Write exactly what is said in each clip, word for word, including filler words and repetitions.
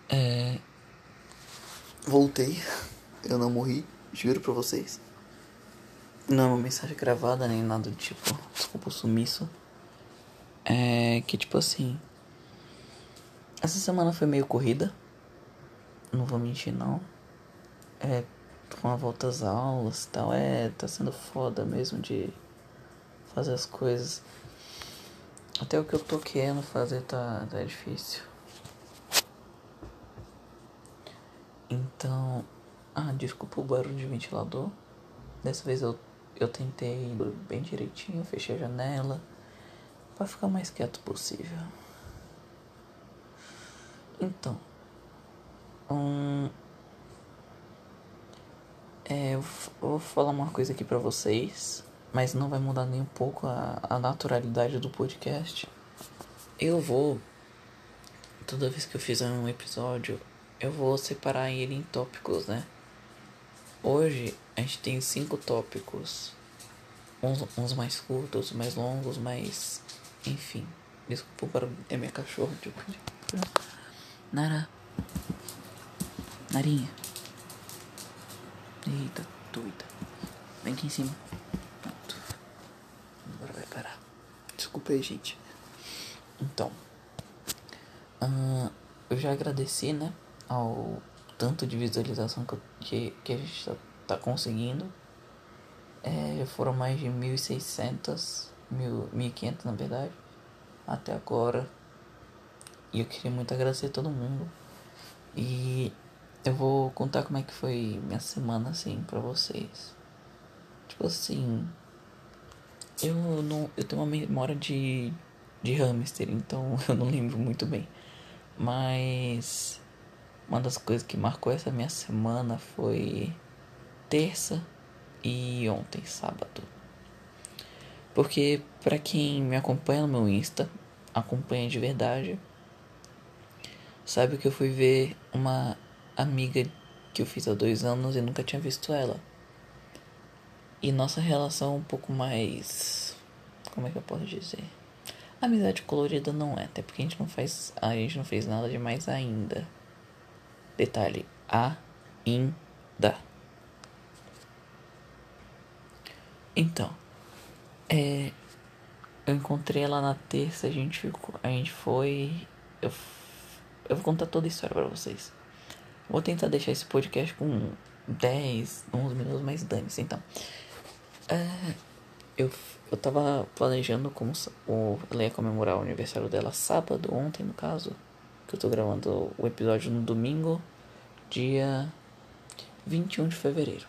É... Voltei. Eu não morri. Juro pra vocês. Não é uma mensagem gravada nem nada do tipo. Desculpa o sumiço. É que tipo assim. Essa semana foi meio corrida. Não vou mentir não. É. Com a volta às aulas e tal. É. Tá sendo foda mesmo de fazer as coisas. Até o que eu tô querendo fazer tá, tá difícil. Então. Ah, desculpa o barulho de ventilador. Dessa vez eu, eu tentei bem direitinho, fechei a janela pra ficar o mais quieto possível. Então, hum, é, eu, eu vou falar uma coisa aqui pra vocês, mas não vai mudar nem um pouco a, a naturalidade do podcast. Eu vou, toda vez que eu fizer um episódio, eu vou separar ele em tópicos, né? Hoje a gente tem cinco tópicos, uns, uns mais curtos, mais longos, mas enfim. Desculpa o barulho, é minha cachorra, tipo. Nara. Narinha. Eita, doida. Vem aqui em cima. Pronto. Agora vai parar. Desculpa aí, gente. Então. Uh, eu já agradeci, né? Ao tanto de visualização que, eu, que, que a gente tá, tá conseguindo. É, já foram mais de mil e seiscentos. Mil, mil e quinhentos na verdade. Até agora. E eu queria muito agradecer a todo mundo. E eu vou contar como é que foi minha semana, assim, pra vocês. Tipo assim, eu não, eu tenho uma memória de, de hamster, então eu não lembro muito bem. Mas uma das coisas que marcou essa minha semana foi terça e ontem, sábado. Porque pra quem me acompanha no meu Insta, acompanha de verdade, sabe que eu fui ver uma amiga que eu fiz há dois anos e nunca tinha visto ela. E nossa relação é um pouco mais... Como é que eu posso dizer? Amizade colorida não é, até porque a gente não faz... A gente não fez nada demais ainda. Detalhe, ainda. Então, é... Eu encontrei ela na terça, a gente ficou... A gente foi... Eu, eu vou contar toda a história pra vocês. Vou tentar deixar esse podcast com dez, onze minutos, mais dane-se, então. É... Eu, eu tava planejando como o, ela ia comemorar o aniversário dela sábado, ontem no caso. Que eu tô gravando o episódio no domingo, dia vinte e um de fevereiro.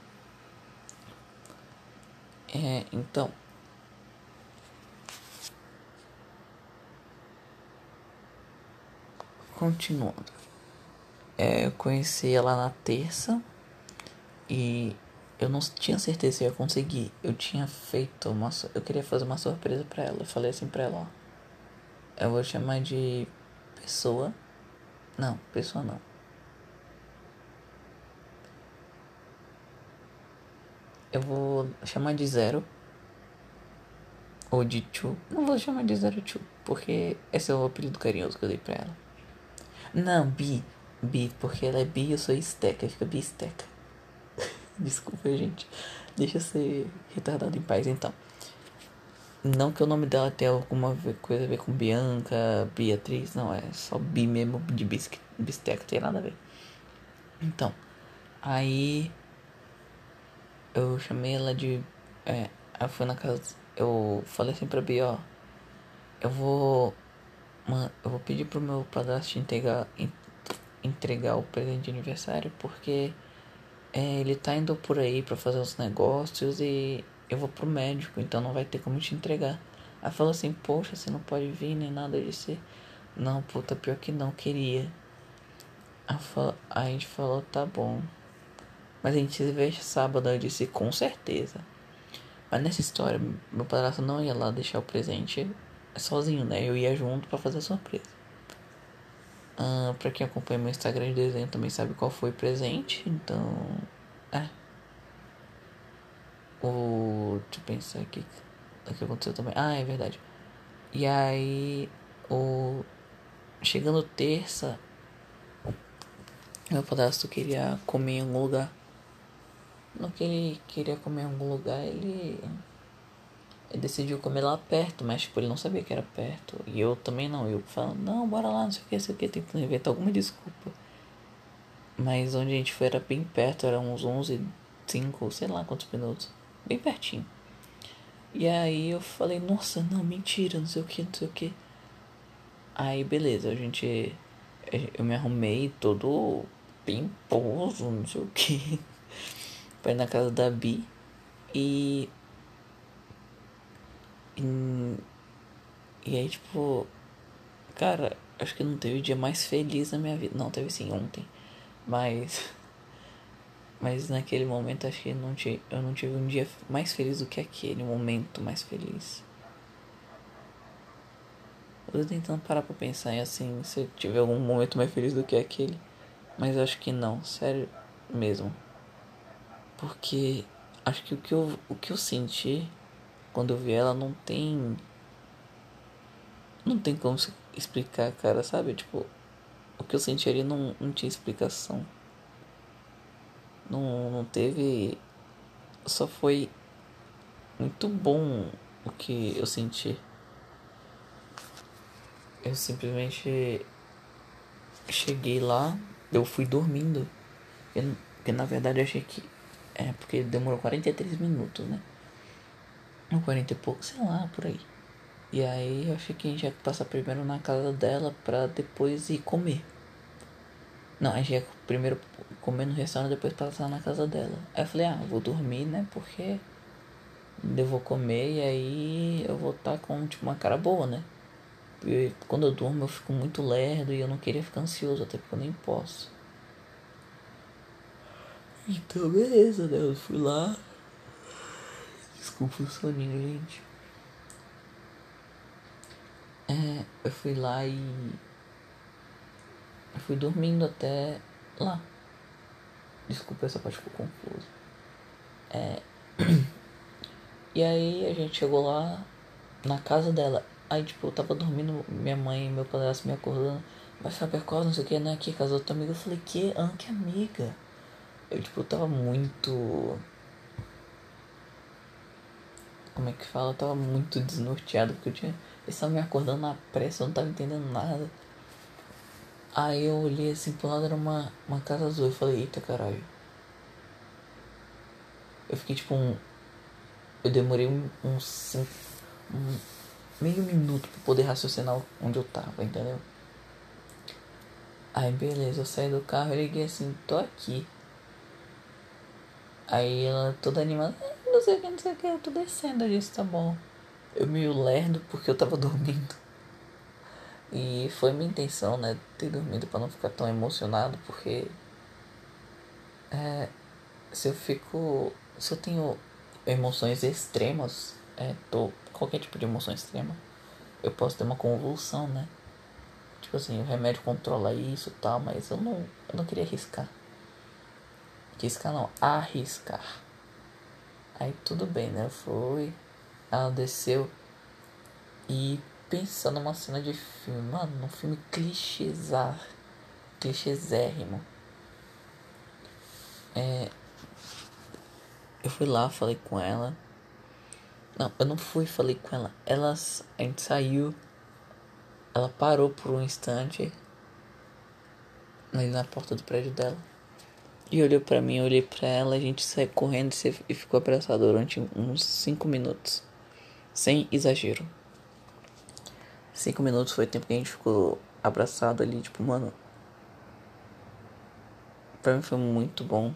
É, então. Continuando. É, eu conheci ela na terça e eu não tinha certeza se eu ia conseguir. Eu tinha feito uma. Eu queria fazer uma surpresa pra ela. Eu falei assim pra ela, ó. Eu vou chamar de pessoa. Não, pessoa não. Eu vou chamar de zero. Ou de Chu. Não vou chamar de zero Chu, porque esse é o apelido carinhoso que eu dei pra ela. Não, Bi. Bi, porque ela é Bi e eu sou Esteca. Fica Bi Esteca. Desculpa, gente. Deixa eu ser retardado em paz, então. Não que o nome dela tenha alguma coisa a ver com Bianca, Beatriz, não, é só Bi mesmo, de bisque, bisteca, tem nada a ver. Então, aí eu chamei ela de. É, eu fui na casa. Eu falei assim pra Bi, ó. Eu vou. Mano, eu vou pedir pro meu padrasto entregar, entregar o presente de aniversário, porque é, ele tá indo por aí pra fazer os negócios e eu vou pro médico, então não vai ter como te entregar. Aí falou assim, poxa, você não pode vir nem nada disso. Não, puta, pior que não queria. Aí a gente falou, tá bom. Mas a gente se vê sábado, eu disse, com certeza. Mas nessa história, meu padrasto não ia lá deixar o presente sozinho, né? Eu ia junto pra fazer a surpresa. Ah, pra quem acompanha meu Instagram de desenho também sabe qual foi o presente, então... É. O... Deixa eu pensar aqui. O que aconteceu também. Ah, é verdade. E aí... O... Chegando terça... Meu padrasto queria comer em algum lugar. No que ele queria comer em algum lugar, ele, ele decidiu comer lá perto, mas tipo, ele não sabia que era perto. E eu também não. Eu falando, não, bora lá, não sei o que, não sei o que, tentando inventar alguma desculpa. Mas onde a gente foi era bem perto, era uns onze, cinco, sei lá quantos minutos. Bem pertinho. E aí eu falei, nossa, não, mentira, não sei o que, não sei o que. Aí beleza, a gente. Eu me arrumei todo pimposo, não sei o que. Pra ir na casa da Bi. E. E, e aí, tipo. Cara, acho que não teve dia mais feliz na minha vida. Não, teve sim ontem. Mas. Mas naquele momento acho que não tive, eu não tive um dia mais feliz do que aquele. Um momento mais feliz. Eu tô tentando parar pra pensar em assim, se eu tiver algum momento mais feliz do que aquele. Mas eu acho que não, sério mesmo. Porque acho que o que eu, o que eu senti quando eu vi ela não tem. Não tem como se explicar, cara, sabe? Tipo, o que eu senti ali não, não tinha explicação. Não, não teve. Só foi muito bom o que eu senti. Eu simplesmente cheguei lá, eu fui dormindo. Eu, porque na verdade eu achei que. É, porque demorou quarenta e três minutos, né? Ou quarenta e pouco, sei lá, por aí. E aí eu achei que a gente ia passar primeiro na casa dela pra depois ir comer. Não, a gente ia primeiro comer no restaurante, depois passar na casa dela. Aí eu falei, ah, vou dormir, né? Porque eu vou comer e aí eu vou estar com tipo uma cara boa, né? Porque quando eu durmo eu fico muito lerdo e eu não queria ficar ansioso, até porque eu nem posso. Então beleza, né? Eu fui lá. Desculpa o soninho, gente. É, eu fui lá e. Eu fui dormindo até lá. Desculpa, essa parte ficou confusa. É. E aí a gente chegou lá na casa dela. Aí tipo, eu tava dormindo, minha mãe e meu padrasto me acordando. Vai saber qual, não sei o que, né? Aqui, casa da outra amiga. Eu falei, que? Ah, que amiga? Eu tipo, eu tava muito. Como é que fala? Eu tava muito desnorteado porque eu tinha. Eles estavam me acordando na pressa, eu não tava entendendo nada. Aí eu olhei assim pro lado, era uma, uma casa azul. Eu falei, eita caralho. Eu fiquei tipo um. Eu demorei um, um, cinco, um meio minuto pra poder raciocinar onde eu tava, entendeu? Aí beleza, eu saí do carro e liguei assim, tô aqui. Aí ela toda animada, "Ah, não sei o que, não sei o que, eu tô descendo. Eu disse, tá bom. Eu meio lerdo porque eu tava dormindo. E foi minha intenção, né, ter dormido pra não ficar tão emocionado, porque é, se eu fico. Se eu tenho emoções extremas, é, tô, qualquer tipo de emoção extrema, eu posso ter uma convulsão, né? Tipo assim, o remédio controla isso e tal, mas eu não, eu não queria arriscar. Arriscar não, arriscar. Aí tudo bem, né? Eu fui, ela desceu e pensando numa cena de filme, mano, num filme clichêzar, clichêzérrimo. É, eu fui lá, falei com ela. Não, eu não fui, falei com ela. Elas, a gente saiu, ela parou por um instante ali na porta do prédio dela. E olhou pra mim, eu olhei pra ela, a gente saiu correndo e ficou abraçado durante uns cinco minutos. Sem exagero. Cinco minutos foi o tempo que a gente ficou abraçado ali, tipo, mano. Pra mim foi muito bom.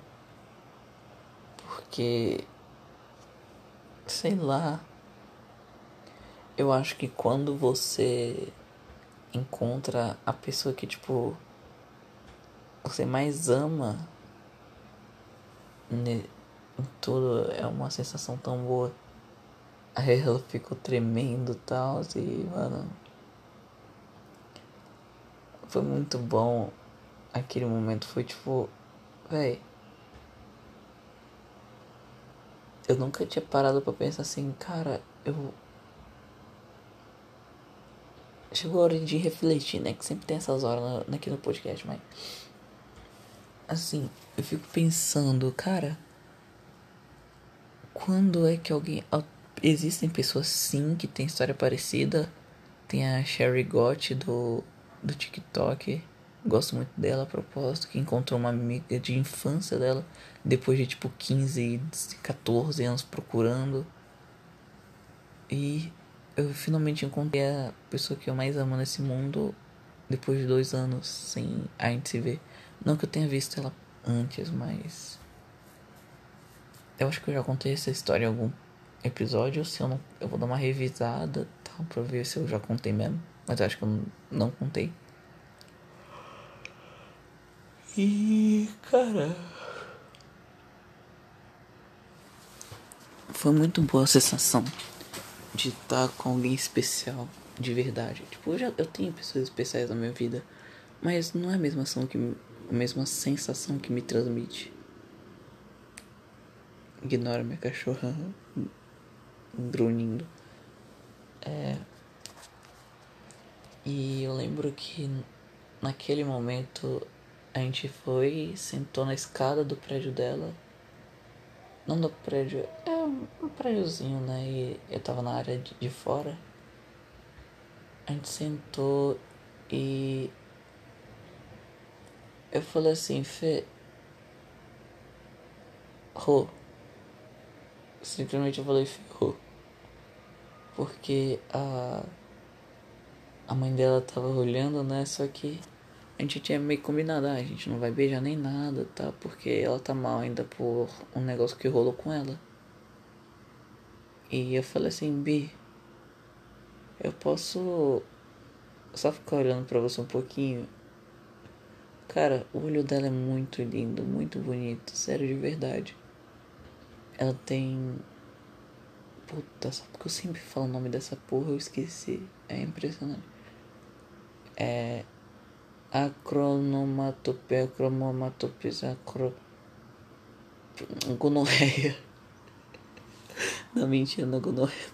Porque, sei lá. Eu acho que quando você encontra a pessoa que, tipo, você mais ama em tudo, é uma sensação tão boa. Aí ela ficou tremendo e tal, e, mano. Foi muito bom. Aquele momento foi tipo, véi. Eu nunca tinha parado pra pensar assim, cara, eu. Chegou a hora de refletir, né? Que sempre tem essas horas aqui no podcast, mas. Assim, eu fico pensando, cara, quando é que alguém. Existem pessoas sim que têm história parecida. Tem a Sherry Gott do, do TikTok. Gosto muito dela a propósito. Que encontrou uma amiga de infância dela. Depois de tipo quinze, quatorze anos procurando. E eu finalmente encontrei a pessoa que eu mais amo nesse mundo. Depois de dois anos sem a gente se ver. Não que eu tenha visto ela antes, mas eu acho que eu já contei essa história em algum episódio. Se eu não, eu vou dar uma revisada, tal, pra ver se eu já contei mesmo. Mas eu acho que eu não, não contei. E, cara, foi muito boa a sensação de estar com alguém especial, de verdade. Tipo, eu já eu tenho pessoas especiais na minha vida, mas não é a mesma ação que a mesma sensação que me transmite. Ignora minha cachorra grunhindo. É, e eu lembro que naquele momento a gente foi, sentou na escada do prédio dela. Não do prédio, é um, um prédiozinho, né? E eu tava na área de, de fora. A gente sentou e eu falei assim, Fê, Rô. Simplesmente eu falei Fê, Rô. Porque a, a mãe dela tava olhando, né? Só que a gente tinha meio combinado, ah, a gente não vai beijar nem nada, tá? Porque ela tá mal ainda por um negócio que rolou com ela. E eu falei assim, Bi, eu posso só ficar olhando pra você um pouquinho? Cara, o olho dela é muito lindo, muito bonito, sério, de verdade. Ela tem. Puta, só porque eu sempre falo o nome dessa porra eu esqueci. É impressionante. É. Acronomatopeia, cromomatopia, acro. Gonorreia. Não, mentira, não é gonorreia.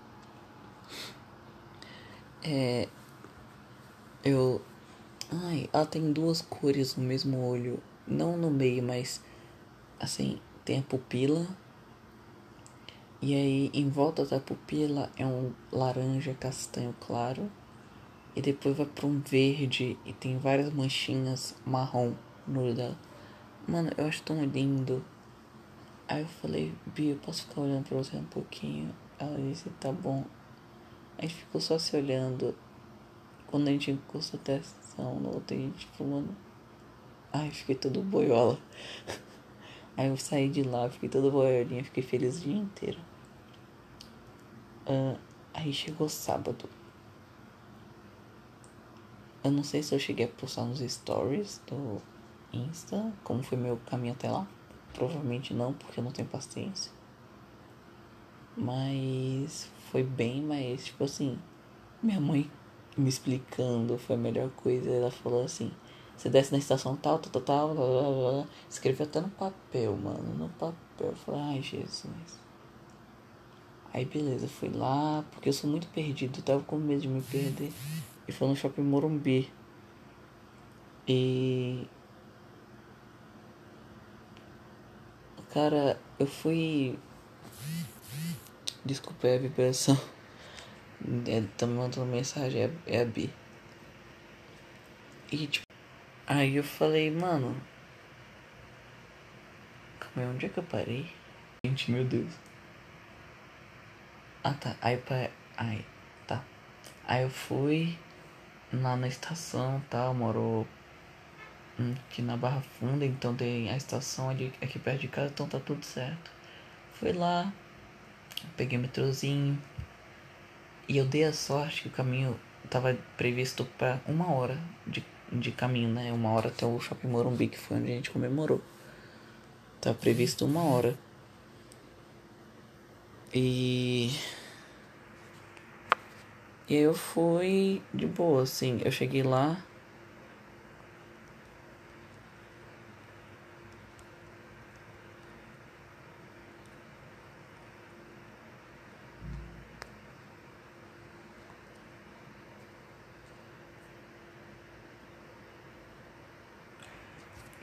É. Eu. Ai, ela tem duas cores no mesmo olho. Não no meio, mas. Assim, tem a pupila. E aí, em volta da pupila é um laranja castanho claro. E depois vai pra um verde e tem várias manchinhas marrom no olho dela. Mano, eu acho tão lindo. Aí eu falei, Bia, eu posso ficar olhando pra você um pouquinho? Ela disse, tá bom. A gente ficou só se olhando. Quando a gente encostou a atenção no outro, a gente falando. Ai, fiquei todo boiola. Aí eu saí de lá, fiquei todo boiolinha, fiquei feliz o dia inteiro. Uh, aí chegou sábado. Eu não sei se eu cheguei a postar nos stories do Insta, como foi meu caminho até lá. Provavelmente não, porque eu não tenho paciência. Mas foi bem mais, tipo assim, minha mãe me explicando foi a melhor coisa. Ela falou assim, você desce na estação tal, tal, tal, tal, blá, blá, blá. Escreveu até no papel, mano, no papel. Eu falei, ai Jesus. Aí beleza, fui lá, porque eu sou muito perdido, eu tava com medo de me perder. E foi no Shopping Morumbi. E cara, eu fui. Desculpa é a vibração. É, tá me mandando mensagem, é, é a Bi. E tipo, aí eu falei, mano, calma aí, onde é que eu parei? Gente, meu Deus. Ah tá, aí pa... Aí, tá. Aí eu fui lá na estação tal, moro hum, aqui na Barra Funda, então tem a estação ali aqui perto de casa, então tá tudo certo. Fui lá, peguei o metrozinho. E eu dei a sorte que o caminho tava previsto pra uma hora de, de caminho, né? Uma hora até o Shopping Morumbi, que foi onde a gente comemorou. Tava previsto uma hora. E. E aí eu fui de boa, assim. Eu cheguei lá.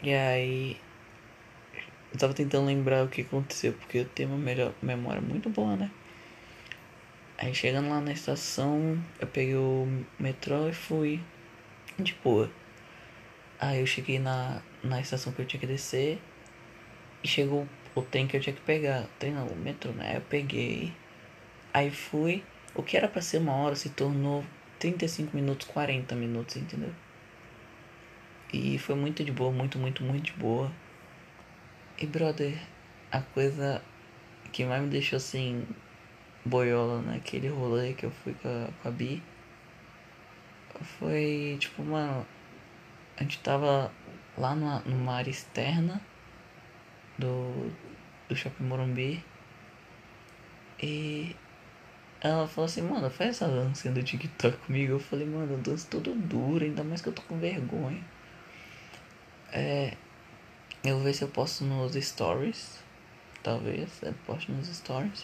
E aí eu tava tentando lembrar o que aconteceu, porque eu tenho uma melhor memória muito boa, né? Aí chegando lá na estação, eu peguei o metrô e fui de boa. Aí eu cheguei na, na estação que eu tinha que descer e chegou o trem que eu tinha que pegar. O trem não, o metrô, né? Eu peguei. Aí fui. O que era pra ser uma hora se tornou trinta e cinco minutos, quarenta minutos, entendeu? E foi muito de boa, muito, muito, muito de boa. E brother, a coisa que mais me deixou assim, boiola naquele rolê que eu fui com a, com a Bi, foi tipo, mano, a gente tava lá numa, numa área externa do, do Shopping Morumbi e ela falou assim, mano, faz essa dança do TikTok comigo. Eu falei, mano, eu danço tudo duro, ainda mais que eu tô com vergonha. É, eu vou ver se eu posto nos stories. Talvez eu poste nos stories.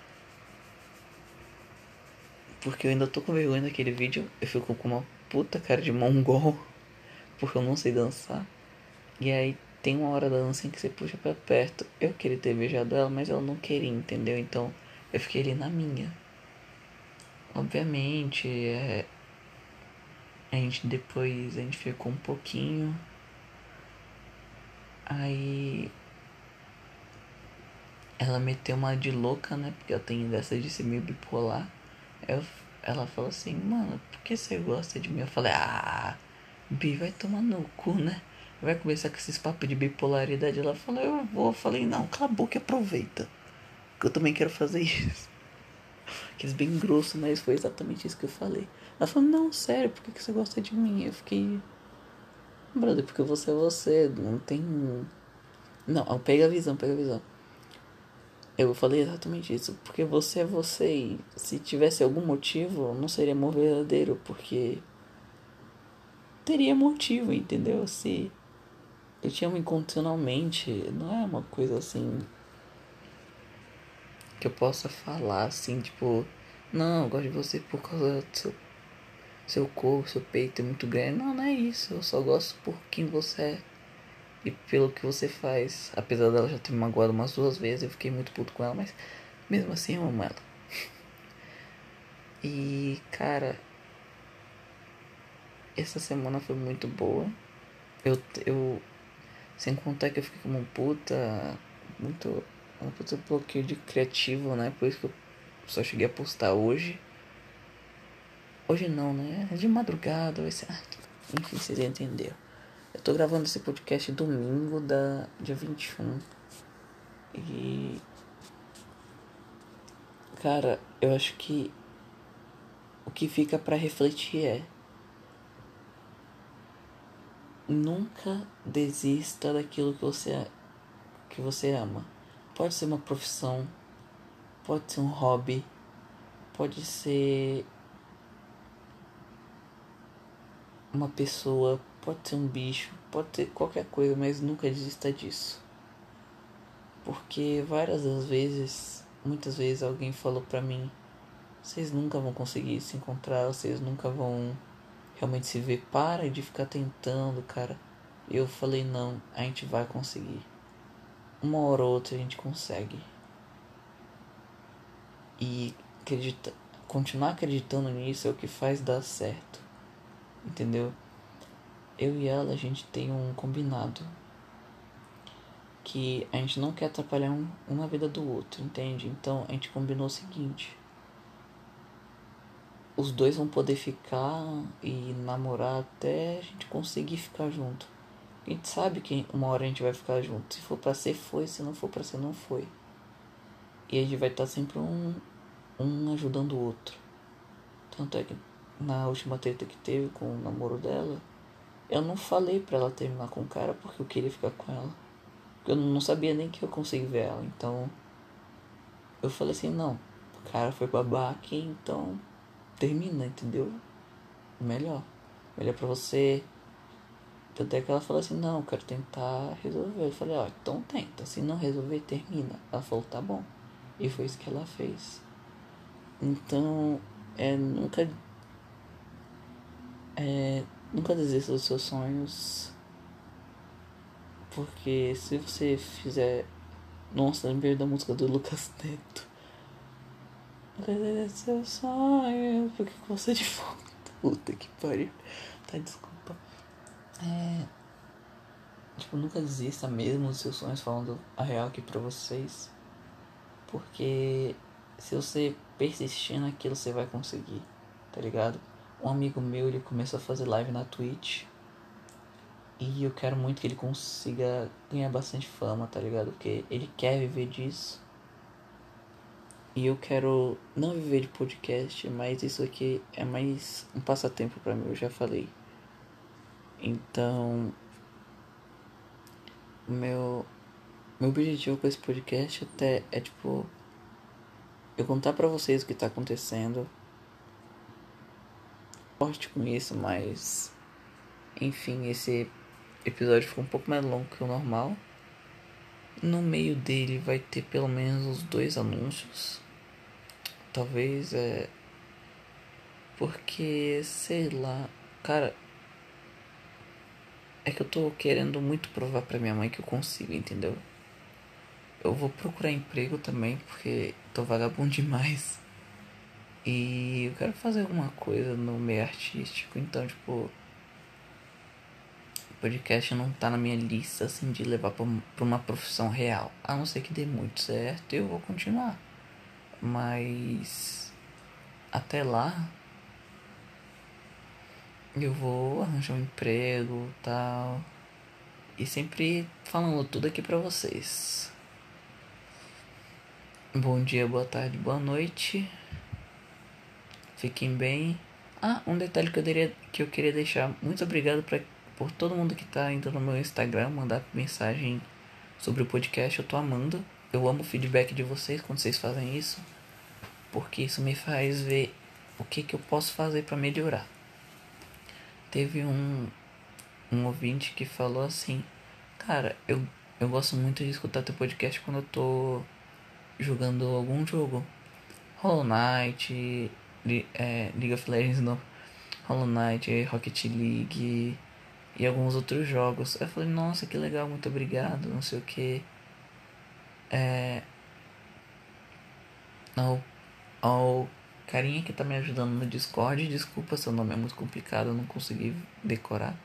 Porque eu ainda tô com vergonha daquele vídeo. Eu fico com uma puta cara de mongol. Porque eu não sei dançar. E aí tem uma hora da dança em que você puxa pra perto. Eu queria ter beijado ela, mas ela não queria, entendeu? Então eu fiquei ali na minha. Obviamente, é, a gente depois a gente ficou um pouquinho. Aí ela meteu uma de louca, né? Porque eu tenho dessa de ser meio bipolar. Eu, ela falou assim, mano, por que você gosta de mim? Eu falei, ah, Bi, vai tomar no cu, né? Vai começar com esses papos de bipolaridade. Ela falou, eu vou. Eu falei, não, cala a boca e aproveita. Que eu também quero fazer isso. Quis bem grosso, mas foi exatamente isso que eu falei. Ela falou, não, sério, por que, que você gosta de mim? Eu fiquei, brother, porque você é você, não tem. Não, pega a visão, pega a visão. Eu falei exatamente isso, porque você é você e se tivesse algum motivo, não seria amor verdadeiro, porque teria motivo, entendeu? Se eu te amo incondicionalmente, não é uma coisa assim que eu possa falar assim, tipo, não, eu gosto de você por causa do seu, seu corpo, seu peito é muito grande. Não, não é isso, eu só gosto por quem você é e pelo que você faz. Apesar dela já ter me magoado umas duas vezes, eu fiquei muito puto com ela, mas mesmo assim eu amo ela. E cara, essa semana foi muito boa. Eu, eu sem contar que eu fiquei como um puta, muito, um puta bloqueio de criativo, né? Por isso que eu só cheguei a postar hoje. Hoje não, né? É de madrugada, vai ser... Ah, enfim, vocês entenderam. Eu tô gravando esse podcast domingo, da dia vinte e um. E... Cara, eu acho que o que fica pra refletir é... Nunca desista daquilo que você, que você ama. Pode ser uma profissão, pode ser um hobby, pode ser uma pessoa, pode ser um bicho, pode ser qualquer coisa, mas nunca desista disso. Porque várias das vezes, muitas vezes alguém falou pra mim, vocês nunca vão conseguir se encontrar, vocês nunca vão realmente se ver, para de ficar tentando, cara. E eu falei, não, a gente vai conseguir. Uma hora ou outra a gente consegue. E acredita, continuar acreditando nisso é o que faz dar certo. Entendeu? Eu e ela, a gente tem um combinado. Que a gente não quer atrapalhar um, um na vida do outro, entende? Então a gente combinou o seguinte: os dois vão poder ficar e namorar até a gente conseguir ficar junto. A gente sabe que uma hora a gente vai ficar junto. Se for pra ser, foi. Se não for pra ser, não foi. E a gente vai estar sempre um, um ajudando o outro. Tanto é que na última treta que teve com o namoro dela, eu não falei pra ela terminar com o cara porque eu queria ficar com ela. Porque eu não sabia nem que eu consegui ver ela. Então eu falei assim, não, o cara foi babaca, então termina, entendeu? Melhor. Melhor pra você. Até que ela falou assim, não, eu quero tentar resolver. Eu falei, ó, então tenta. Se não resolver, termina. Ela falou, tá bom. E foi isso que ela fez. Então, é, nunca. É, nunca desista dos seus sonhos. Porque se você fizer. Nossa, lembrei da música do Lucas Neto. Seu sonho, porque com você de volta. Puta que pariu. Tá, desculpa. É. Tipo, nunca desista mesmo dos seus sonhos, falando a real aqui pra vocês. Porque se você persistir naquilo, você vai conseguir, tá ligado? Um amigo meu, ele começou a fazer live na Twitch. E eu quero muito que ele consiga ganhar bastante fama, tá ligado? Porque ele quer viver disso. E eu quero não viver de podcast, mas isso aqui é mais um passatempo pra mim, eu já falei. Então, meu meu objetivo com esse podcast até é tipo eu contar pra vocês o que tá acontecendo. Forte com isso, mas enfim, esse episódio ficou um pouco mais longo que o normal. No meio dele vai ter pelo menos os dois anúncios. Talvez é. Porque, sei lá. Cara, é que eu tô querendo muito provar pra minha mãe que eu consigo, entendeu? Eu vou procurar emprego também, porque tô vagabundo demais. E eu quero fazer alguma coisa no meio artístico, então, tipo. Podcast não tá na minha lista, assim, de levar pra, pra uma profissão real. A não ser que dê muito certo, eu vou continuar. Mas. Até lá. Eu vou arranjar um emprego tal. E sempre falando tudo aqui pra vocês. Bom dia, boa tarde, boa noite. Fiquem bem. Ah, um detalhe que eu, queria, que eu queria deixar. Muito obrigado pra, por todo mundo que tá indo no meu Instagram mandar mensagem sobre o podcast. Eu tô amando. Eu amo o feedback de vocês quando vocês fazem isso. Porque isso me faz ver o que, que eu posso fazer pra melhorar. Teve um, um ouvinte que falou assim: Cara, eu, eu gosto muito de escutar teu podcast quando eu tô jogando algum jogo. Hollow Knight, Li, é, League of Legends, não. Hollow Knight, Rocket League e alguns outros jogos. Eu falei, nossa, que legal, muito obrigado, não sei o que. É, ao, ao carinha que tá me ajudando no Discord, desculpa, seu nome é muito complicado, eu não consegui decorar.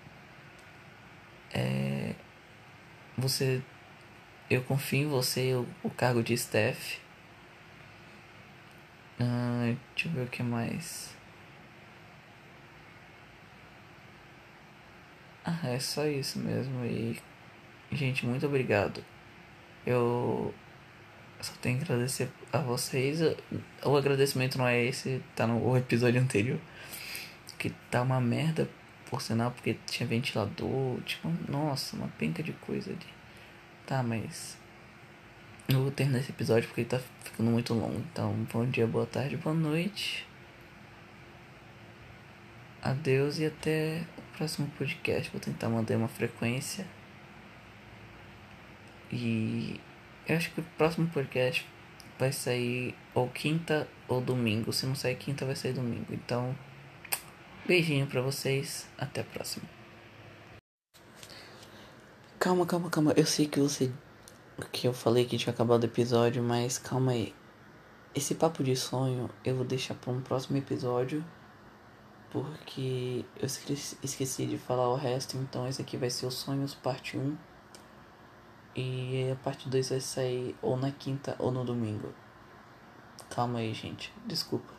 É, você, eu confio em você, o, o cargo de staff. Ah, deixa eu ver o que mais. Ah, é só isso mesmo. E, gente, muito obrigado. Eu só tenho que agradecer a vocês. O agradecimento não é esse, tá no episódio anterior. Que tá uma merda, por sinal, porque tinha ventilador. Tipo, nossa, uma penca de coisa ali. Tá, mas. Eu vou terminar esse episódio porque ele tá ficando muito longo. Então, bom dia, boa tarde, boa noite. Adeus e até o próximo podcast. Vou tentar manter uma frequência. E eu acho que o próximo podcast vai sair ou quinta ou domingo. Se não sair quinta, vai sair domingo. Então, beijinho pra vocês. Até a próxima. Calma, calma, calma. Eu sei que você. Que eu falei que tinha acabado o episódio, mas calma aí. Esse papo de sonho eu vou deixar pra um próximo episódio. Porque eu esqueci, esqueci de falar o resto. Então, esse aqui vai ser os sonhos, parte um. E a parte dois vai sair ou na quinta ou no domingo. Calma aí, gente. Desculpa.